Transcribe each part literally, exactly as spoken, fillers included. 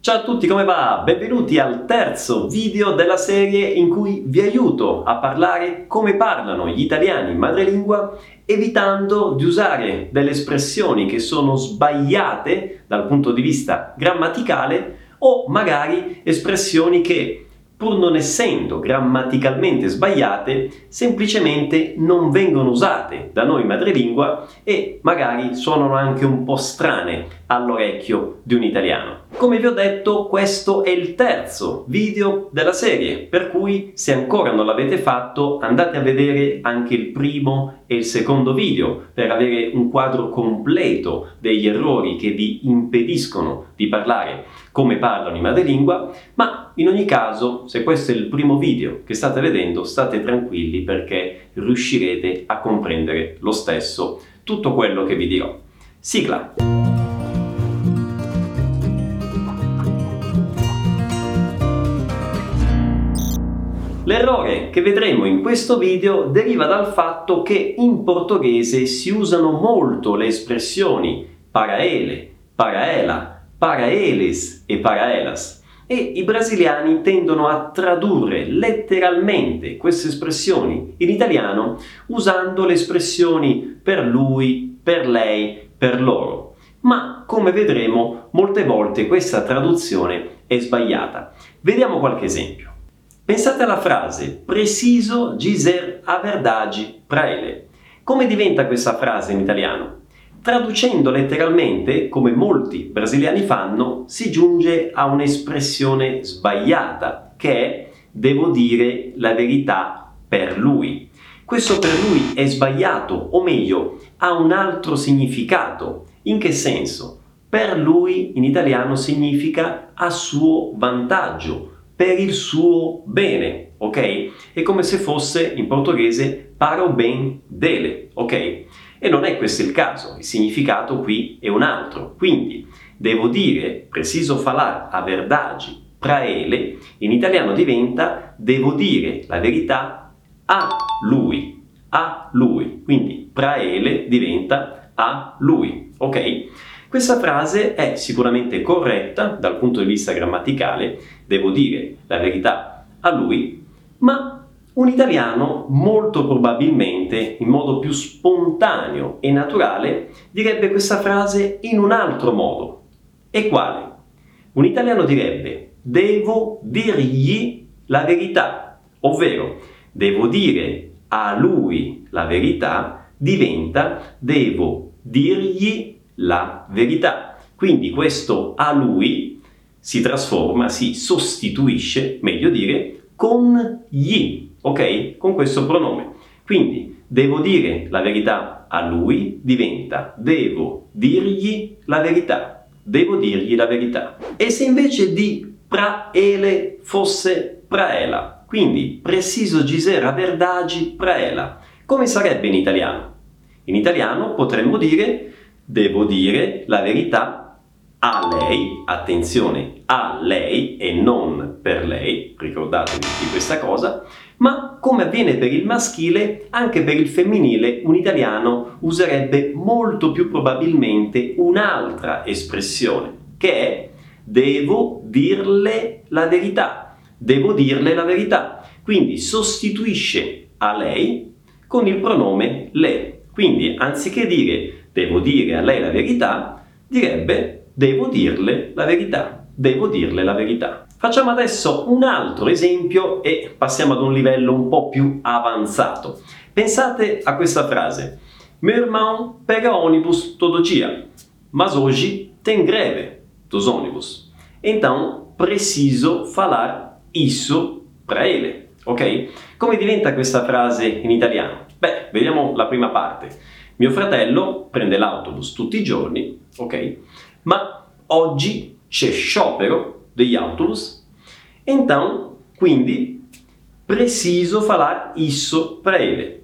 Ciao a tutti, come va? Benvenuti al terzo video della serie in cui vi aiuto a parlare come parlano gli italiani madrelingua, evitando di usare delle espressioni che sono sbagliate dal punto di vista grammaticale o magari espressioni che, pur non essendo grammaticalmente sbagliate, semplicemente non vengono usate da noi madrelingua e magari suonano anche un po' strane all'orecchio di un italiano. Come vi ho detto, questo è il terzo video della serie, per cui se ancora non l'avete fatto andate a vedere anche il primo e il secondo video per avere un quadro completo degli errori che vi impediscono di parlare come parlano i madrelingua, ma in ogni caso, se questo è il primo video che state vedendo, state tranquilli perché riuscirete a comprendere lo stesso tutto quello che vi dirò. Sigla! L'errore che vedremo in questo video deriva dal fatto che in portoghese si usano molto le espressioni para ele, para ela, para eles e para elas e i brasiliani tendono a tradurre letteralmente queste espressioni in italiano usando le espressioni per lui, per lei, per loro. Ma come vedremo molte volte questa traduzione è sbagliata. Vediamo qualche esempio. Pensate alla frase preciso dizer a verdade pra ele. Come diventa questa frase in italiano? Traducendo letteralmente, come molti brasiliani fanno, si giunge a un'espressione sbagliata, che è devo dire la verità per lui. Questo per lui è sbagliato, o meglio, ha un altro significato. In che senso? Per lui in italiano significa a suo vantaggio, per il suo bene, ok? È come se fosse in portoghese para o bem dele, ok? E non è questo il caso, il significato qui è un altro. Quindi, devo dire, preciso falar a verdade pra ele, in italiano diventa devo dire la verità a lui, a lui. Quindi, pra ele diventa a lui, ok? Questa frase è sicuramente corretta dal punto di vista grammaticale, devo dire la verità a lui, ma un italiano molto probabilmente, in modo più spontaneo e naturale, direbbe questa frase in un altro modo. E quale? Un italiano direbbe devo dirgli la verità, ovvero devo dire a lui la verità diventa devo dirgli la verità. Quindi questo a lui si trasforma, si sostituisce, meglio dire, con gli, ok? Con questo pronome. Quindi devo dire la verità a lui diventa devo dirgli la verità. Devo dirgli la verità. E se invece di pra ele fosse pra ela, quindi preciso dizer a verdade pra ela, come sarebbe in italiano? In italiano potremmo dire devo dire la verità a lei, attenzione, a lei e non per lei, ricordatevi di questa cosa, ma come avviene per il maschile, anche per il femminile un italiano userebbe molto più probabilmente un'altra espressione, che è devo dirle la verità, devo dirle la verità, quindi sostituisce a lei con il pronome le, quindi anziché dire devo dire a lei la verità, direbbe devo dirle la verità, devo dirle la verità. Facciamo adesso un altro esempio e passiamo ad un livello un po' più avanzato. Pensate a questa frase. Meu irmão pega ônibus todo dia, mas hoje tem greve dos ônibus. Então, preciso falar isso para ele, ok? Come diventa questa frase in italiano? Beh, vediamo la prima parte. Mio fratello prende l'autobus tutti i giorni, ok? Ma oggi c'è sciopero degli autobus, então, quindi, preciso falar isso para ele.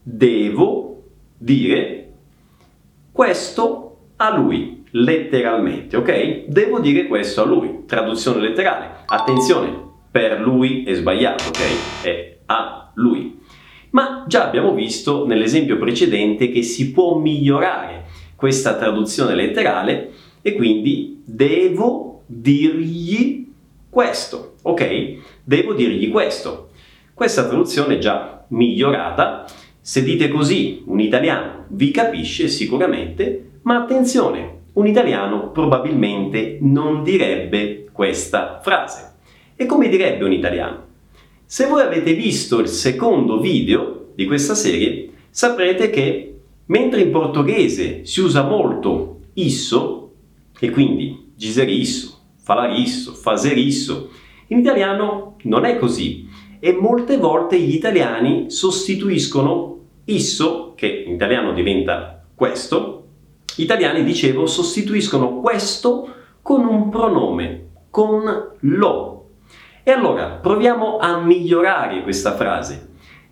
Devo dire questo a lui, letteralmente, ok? Devo dire questo a lui, traduzione letterale. Attenzione, per lui è sbagliato, ok? È a lui. Ma già abbiamo visto nell'esempio precedente che si può migliorare questa traduzione letterale e quindi devo dirgli questo, ok? Devo dirgli questo. Questa traduzione è già migliorata. Se dite così, un italiano vi capisce sicuramente, ma attenzione, un italiano probabilmente non direbbe questa frase. E come direbbe un italiano? Se voi avete visto il secondo video di questa serie, saprete che mentre in portoghese si usa molto isso, e quindi dizer isso, falar isso, fazer isso, in italiano non è così. E molte volte gli italiani sostituiscono isso, che in italiano diventa questo, gli italiani, dicevo, sostituiscono questo con un pronome, con lo. E allora proviamo a migliorare questa frase.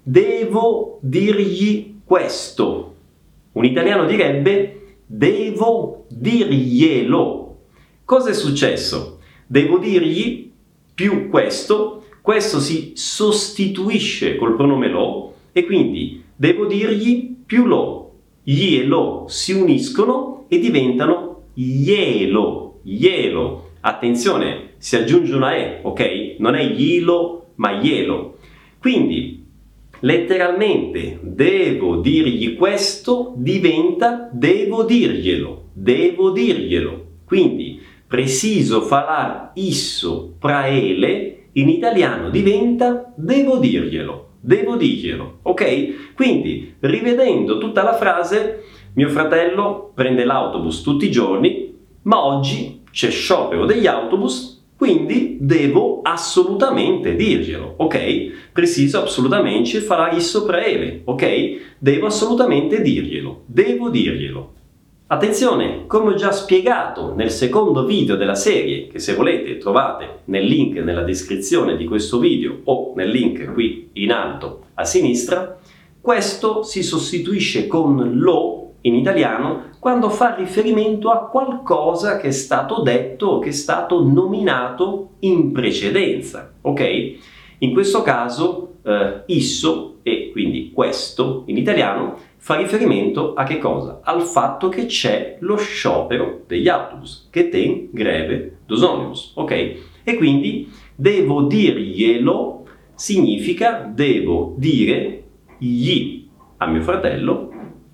Devo dirgli questo. Un italiano direbbe devo dirglielo. Cosa è successo? Devo dirgli più questo, questo si sostituisce col pronome lo e quindi devo dirgli più lo. Gli e lo si uniscono e diventano glielo, glielo. Attenzione, si aggiunge una e, ok? Non è glielo, ma glielo. Quindi, letteralmente, devo dirgli questo diventa devo dirglielo, devo dirglielo. Quindi, preciso falar isso pra ele, in italiano diventa devo dirglielo, devo dirglielo, ok? Quindi, rivedendo tutta la frase, mio fratello prende l'autobus tutti i giorni, ma oggi c'è sciopero degli autobus, quindi devo assolutamente dirglielo, ok? Preciso assolutamente falar isso pra ele, ok? Devo assolutamente dirglielo, devo dirglielo. Attenzione, come ho già spiegato nel secondo video della serie, che se volete trovate nel link nella descrizione di questo video o nel link qui in alto a sinistra, questo si sostituisce con lo in italiano quando fa riferimento a qualcosa che è stato detto o che è stato nominato in precedenza, ok? In questo caso eh, isso, e quindi questo in italiano, fa riferimento a che cosa? Al fatto che c'è lo sciopero degli autobus, che tem greve dos ônibus, ok? E quindi devo dirglielo significa devo dire gli a mio fratello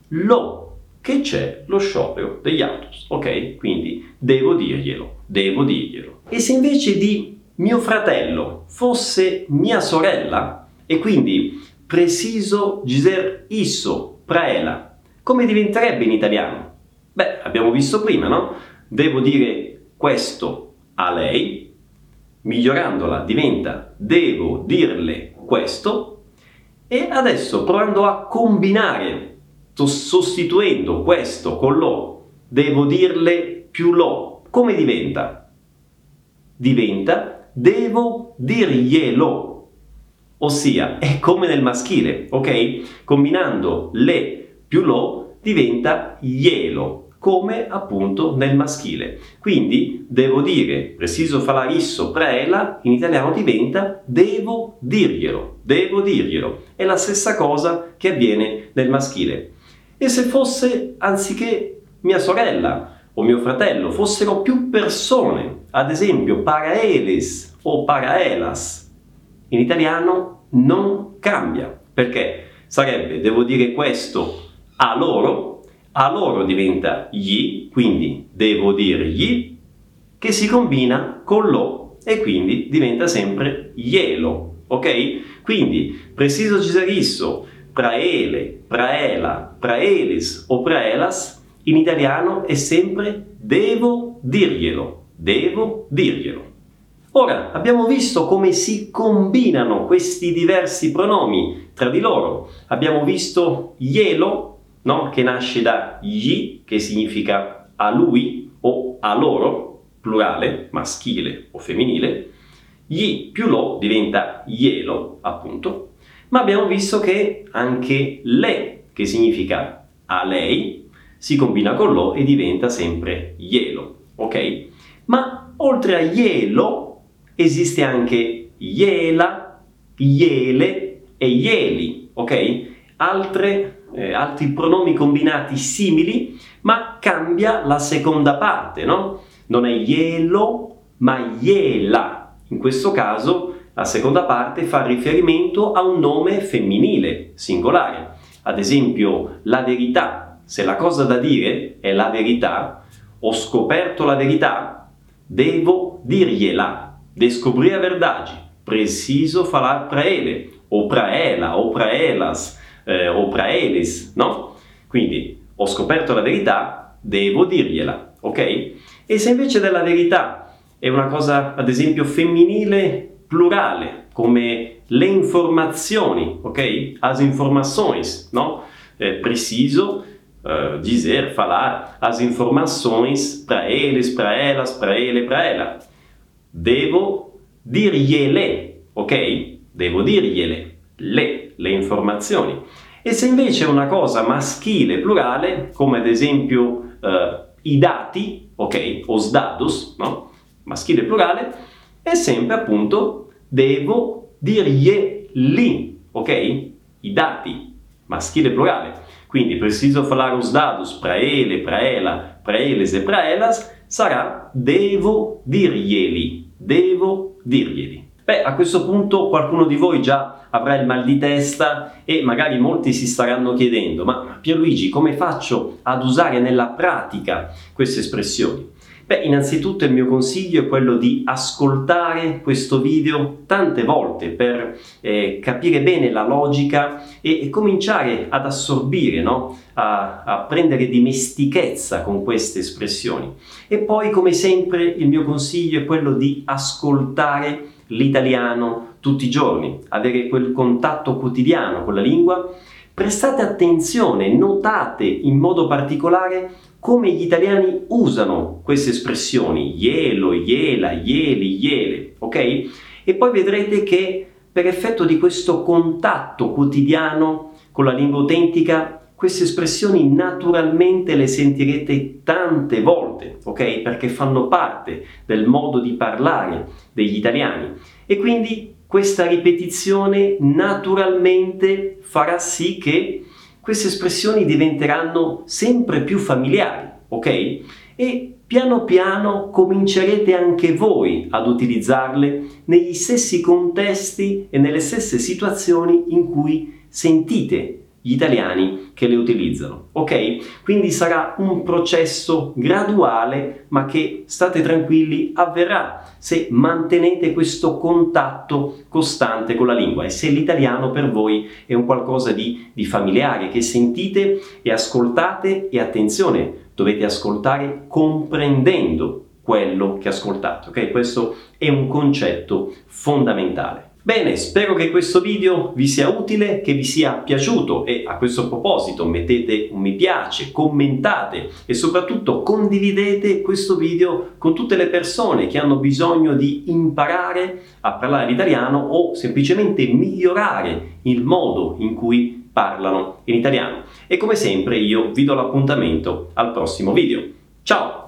lo che c'è lo sciopero degli autobus, ok? Quindi devo dirglielo, devo dirglielo. E se invece di mio fratello fosse mia sorella, e quindi preciso dizer isso pra ela, come diventerebbe in italiano? Beh, abbiamo visto prima, no? Devo dire questo a lei, migliorandola diventa devo dirle questo, e adesso provando a combinare, sostituendo questo con lo, devo dirle più lo, come diventa? Diventa devo dirglielo, ossia è come nel maschile, ok? Combinando le più lo diventa glielo, come appunto nel maschile. Quindi devo dire, preciso falar isso pra ela, in italiano diventa devo dirglielo, devo dirglielo. È la stessa cosa che avviene nel maschile. E se fosse, anziché mia sorella o mio fratello, fossero più persone, ad esempio para eles o para elas, in italiano non cambia, perché sarebbe devo dire questo a loro, a loro diventa gli, quindi devo dirgli, che si combina con lo e quindi diventa sempre glielo, ok? Quindi preciso dizer isso pra ele, pra ela, pra eles o pra elas, in italiano è sempre devo dirglielo, devo dirglielo. Ora, abbiamo visto come si combinano questi diversi pronomi tra di loro. Abbiamo visto glielo, no? Che nasce da gli, che significa a lui o a loro, plurale, maschile o femminile. Gli più lo diventa glielo, appunto. Ma abbiamo visto che anche le, che significa a lei, si combina con lo e diventa sempre glielo, ok? Ma oltre a glielo esiste anche gliela, gliele e glieli, ok? Altre, eh, altri pronomi combinati simili, ma cambia la seconda parte, no? Non è glielo, maiela. In questo caso la seconda parte fa riferimento a un nome femminile, singolare. Ad esempio, la verità. Se la cosa da dire è la verità, ho scoperto la verità, devo dirgliela. Descobrir a verdade. Preciso falar pra ele, o pra ela, o pra elas, eh, o pra eles, no? Quindi, ho scoperto la verità, devo dirgliela, ok? E se invece della verità è una cosa, ad esempio, femminile, plurale, come le informazioni, ok? As informações, no? Eh, preciso uh, dizer, falar as informações para eles, para elas, para ele, para ela. Devo dirgliele, ok? Devo dirgliele, le, le informazioni. E se invece è una cosa maschile, plurale, come ad esempio uh, i dati, ok? Os dados, no? Maschile plurale, è sempre appunto devo dirglieli, ok? I dati, maschile plurale. Quindi preciso falar os dados para ele, para ela, para eles e para elas, sarà devo dirglieli, devo dirglieli. Beh, a questo punto qualcuno di voi già avrà il mal di testa e magari molti si staranno chiedendo: ma Pierluigi, come faccio ad usare nella pratica queste espressioni? Beh, innanzitutto il mio consiglio è quello di ascoltare questo video tante volte per eh, capire bene la logica e, e cominciare ad assorbire, no? a, a prendere dimestichezza con queste espressioni. E poi, come sempre, il mio consiglio è quello di ascoltare l'italiano tutti i giorni, avere quel contatto quotidiano con la lingua. Prestate attenzione, notate in modo particolare come gli italiani usano queste espressioni, ielo, iela, ieli, iele, ok? E poi vedrete che per effetto di questo contatto quotidiano con la lingua autentica, queste espressioni naturalmente le sentirete tante volte, ok? Perché fanno parte del modo di parlare degli italiani. E quindi questa ripetizione naturalmente farà sì che queste espressioni diventeranno sempre più familiari, ok? E piano piano comincerete anche voi ad utilizzarle negli stessi contesti e nelle stesse situazioni in cui sentite gli italiani che le utilizzano, ok? Quindi sarà un processo graduale, ma che, state tranquilli, avverrà se mantenete questo contatto costante con la lingua e se l'italiano per voi è un qualcosa di, di familiare, che sentite e ascoltate. E attenzione, dovete ascoltare comprendendo quello che ascoltate, ok? Questo è un concetto fondamentale. Bene, spero che questo video vi sia utile, che vi sia piaciuto e a questo proposito mettete un mi piace, commentate e soprattutto condividete questo video con tutte le persone che hanno bisogno di imparare a parlare l'italiano o semplicemente migliorare il modo in cui parlano in italiano. E come sempre io vi do l'appuntamento al prossimo video. Ciao!